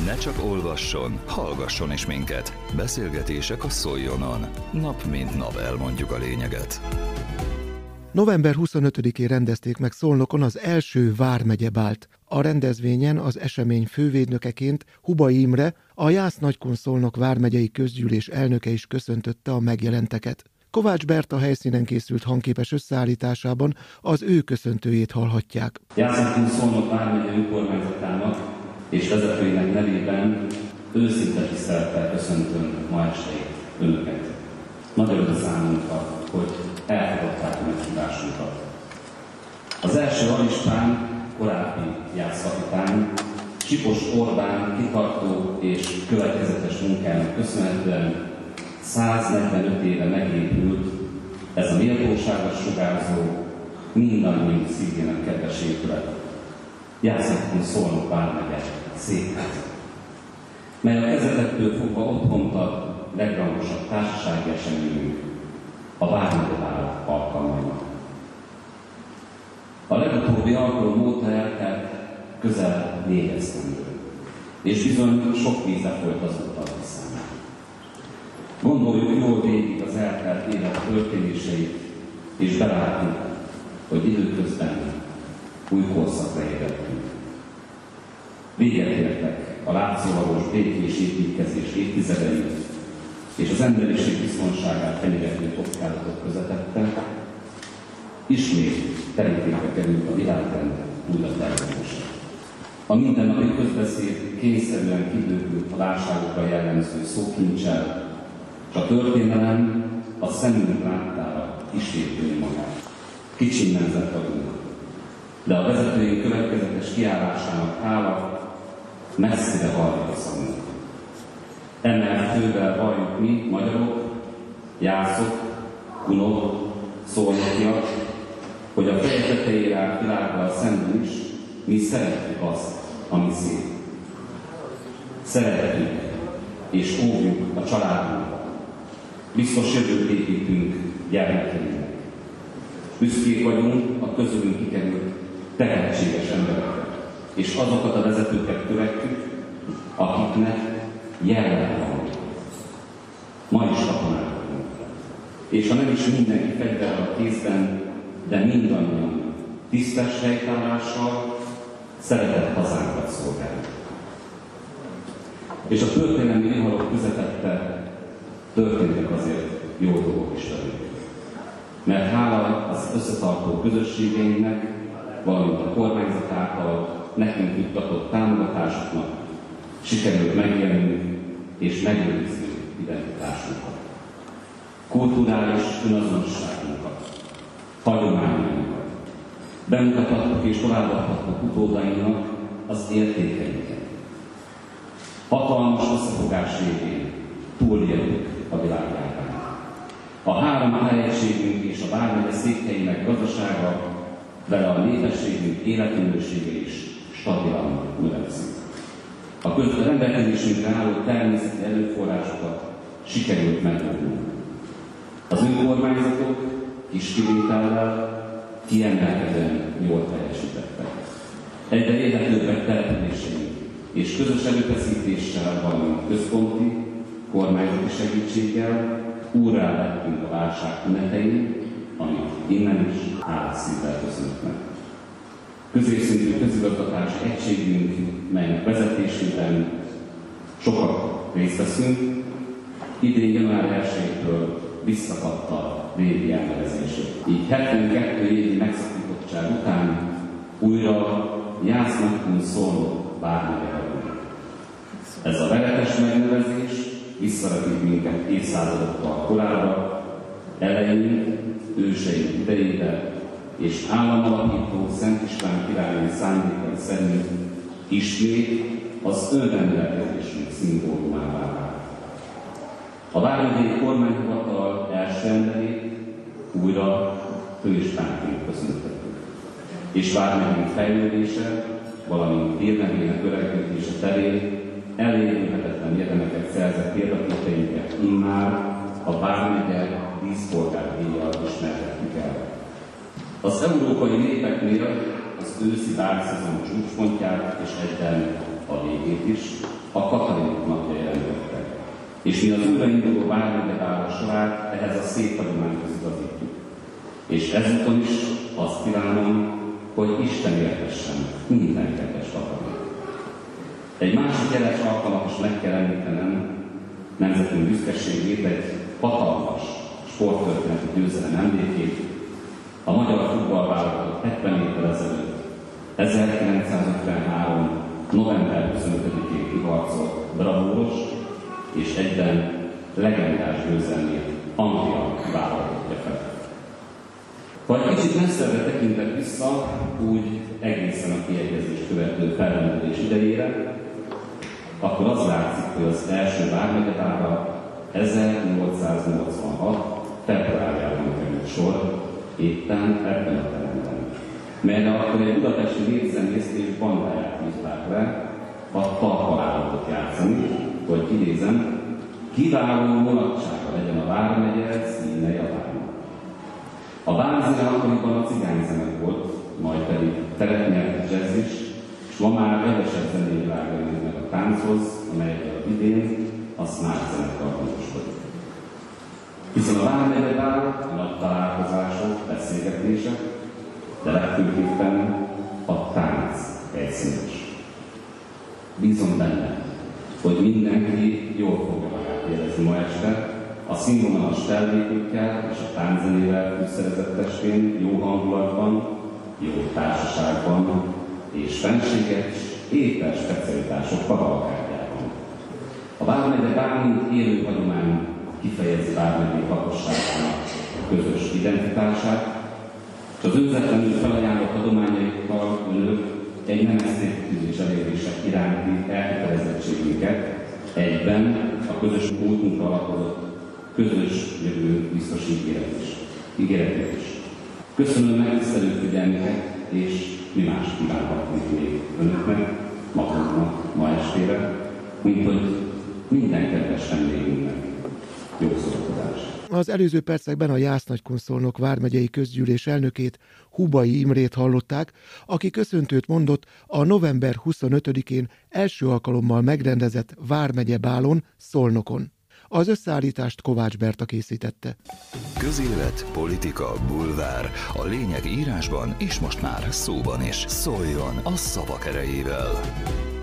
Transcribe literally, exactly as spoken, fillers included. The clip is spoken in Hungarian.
Ne csak olvasson, hallgasson is minket. Beszélgetések a Szoljonon. Nap mint nap elmondjuk a lényeget. november huszonötödikén rendezték meg Szolnokon az első vármegye bált. A rendezvényen az esemény fővédnökeként Hubay Imre, a Jász-Nagykun-Szolnok vármegyei közgyűlés elnöke is köszöntötte a megjelenteket. Kovács Berta helyszínen készült hangképes összeállításában az ő köszöntőjét hallhatják. Jász-Nagykun-Szolnok vármegye önkormányzatának és vezetőinek nevében őszinte tisztelettel köszöntöm ma este önöket. Nagy öröm számunkra, hogy elfogadták a meghívásunkat. Az első alispán, korábbi jászkapitány, Csipos Orbán kitartó és következetes munkának köszönhetően száznegyvenöt éve megépült ez a méltóságos sugárzó, mindannyiunk szívének kedves épület, Jász-Nagykun-Szolnok vármegye székháza, mely a kezdetektől fogva otthont ad legrangosabb társasági eseményünk, a vármegye bál alkalmainak. A legutóbbi alkalom óta eltelt közel négy esztendő, és bizony sok vízre folyt az utat vissza. Gondoljuk jól végig az eltelt élet történéseit, és belátjuk, hogy időközben új korszakra érettünk. Véget értek a látszólagos békés építkezés évtizedei, és az emberiség biztonságát fenyegető kockázatok közepette, ismét terítékre került a világrend újra tervezése. A mindennapi közbeszéd kényszerűen kibővült a válságokra jellemző szókincsel, és a történelem a szemünk láttára ismétlői magát. Kicsinyenzett vagyunk, de a vezetőink következetes kiállásának hála messzire hallja a szavunk. Emelt fővel valljuk mi, magyarok, jászok, kunok, szolnokiak, hogy a feje tetejére állt világgal szemben is mi szeretjük azt, ami szép. Szeretjük és óvjuk a családunkat. Biztos jövőt építünk gyermekeinknek. Büszkék vagyunk a közülünk kikerült tehetséges embereket, és azokat a vezetőket követjük, akiknek jellem van. Ma is katonák vagyunk. És ha nem is mindenki fegyverrel a kézben, de mindannyian tisztes helytállással szeretett hazánkat szolgáljuk. És a történelmi viharok közepette történtek azért jó dolgok is velünk. Mert hála az összetartó közösségeinknek, valamint a kormányzat által nekünk juttatott támogatásoknak sikerült megjelenünk és megőrizni identitásunkat. Kulturális önazonosságunkat, hagyományainkat, bemutathattuk és továbbadhattuk utódainknak az értékeinket. Hatalmas összefogás végén túléltük a világjárványt. A három helyegységünk és a vármegye székhelyének gazdasága, vele a népességünk életminősége is stabilan növekszik. A közben rendelkezésünkre álló természeti erőforrásokat sikerült megőrnünk. Az önkormányzatok kis kivétellel kiemelkedően jól teljesítettek. Egyre érhetőbbek településeink és közös erőfeszítéssel, valamint központi, kormányzati segítséggel úrrá lettünk a válság tünetein, amit innen is álszívvel köszönhetnek. Középszintű közigazgatási egységünk, melynek vezetésében sokat részt veszünk, idén január elsejétől visszakapta régi elnevezését. Így hetvenkettő évi megszakítottság után újra Jász-Nagykun-Szolnok vármegye vagyunk. Ez a veretes megnevezés visszavetít minket évszázadokkal korábba, eleink, őseink idejébe, és államalapító Szent István király szándékai szerint ismét az önrendelkezésünk szimbólumává vált. A vármegyei kormányhivatal első emberét újra főispánként köszöntettük, és vármegyünk fejlődése, valamint hírnevének öregedése terén elérhetetlen érdemeket szerzett példaképeinket immár a vármegye díszpolgárdíjjal ismertetjük el. Az európai népeknél az őszi bálszezon csúcspontját és egyben a végét is, a Katalinok napja jelentettek. És mi az újrainduló vármegye bálok sorát ehhez a szép hagyományhoz igazítjuk. És ezúton is azt kívánom, hogy Isten értessen minden kedves Katalin. Egy másik jeles alkalmat is meg kell említenem nemzetünk büszkeségét, egy hatalmas sporttörténeti győzelem emlékét, a magyar futballválogatott hetven évvel ezelőtt, ezerkilencszázötvenhárom. november huszonötödikén kiharcolt bravúros és egyben legendás győzelmét Anglia vállalhatja fel. Ha egy kicsit messzebbre tekintek vissza, úgy egészen a kiegyezést követő felrendülés idejére, akkor az látszik, hogy az első vármegyebálra ezernyolcszáznyolcvanhat. februárjában került sor, éppen ebben a teremben, melyre akkor egy budapesti népzenészt és bandáját hívták le a talpalállatot játszani, hogy idézem, kiváló mulatsága legyen a vármegye színe javán. A vármegye akkoriban a cigányzene volt, majd pedig teret nyert jazz is, és ma már kevesebb zenévilága meg a tánchoz, amelyet idén a Smart zenekar gondoskodik. Hiszen a vármegyebál, a nagy találkozások, beszélgetések, de legfőképpen a tánc egyszínes. Bízom benne, hogy mindenki jól fogja magát érezni ma este, a színvonalas fellépőkkel és a tánczenével fűszerezett testén, jó hangulatban, jó társaságban és fenséges, étes specialitások kavalkádjában. A vármegyebál, mint élő hagyomány kifejezi vármegyék lakosságának közös identitását, és az önzetlenül felajánlott adományaikkal önök egy nemes célkitűzés elérése iránti elkötelezettségünket egyben a közös múltunkra alapozott közös jövő biztos ígéretét is. Köszönöm megtisztelő figyelmüket, és mi más kívánhatunk még önöknek, magunknak ma estére, mint hogy minden kedves vendégünknek jó szórakozás. Az előző percekben a Jász-Nagykun-Szolnok vármegyei közgyűlés elnökét, Hubay Imrét hallották, aki köszöntőt mondott a november huszonötödikén első alkalommal megrendezett vármegyebálon Szolnokon. Az összeállítást Kovács Berta készítette. Közélet, politika, bulvár. A lényeg írásban és most már szóban is. Szóljon a szavak erejével!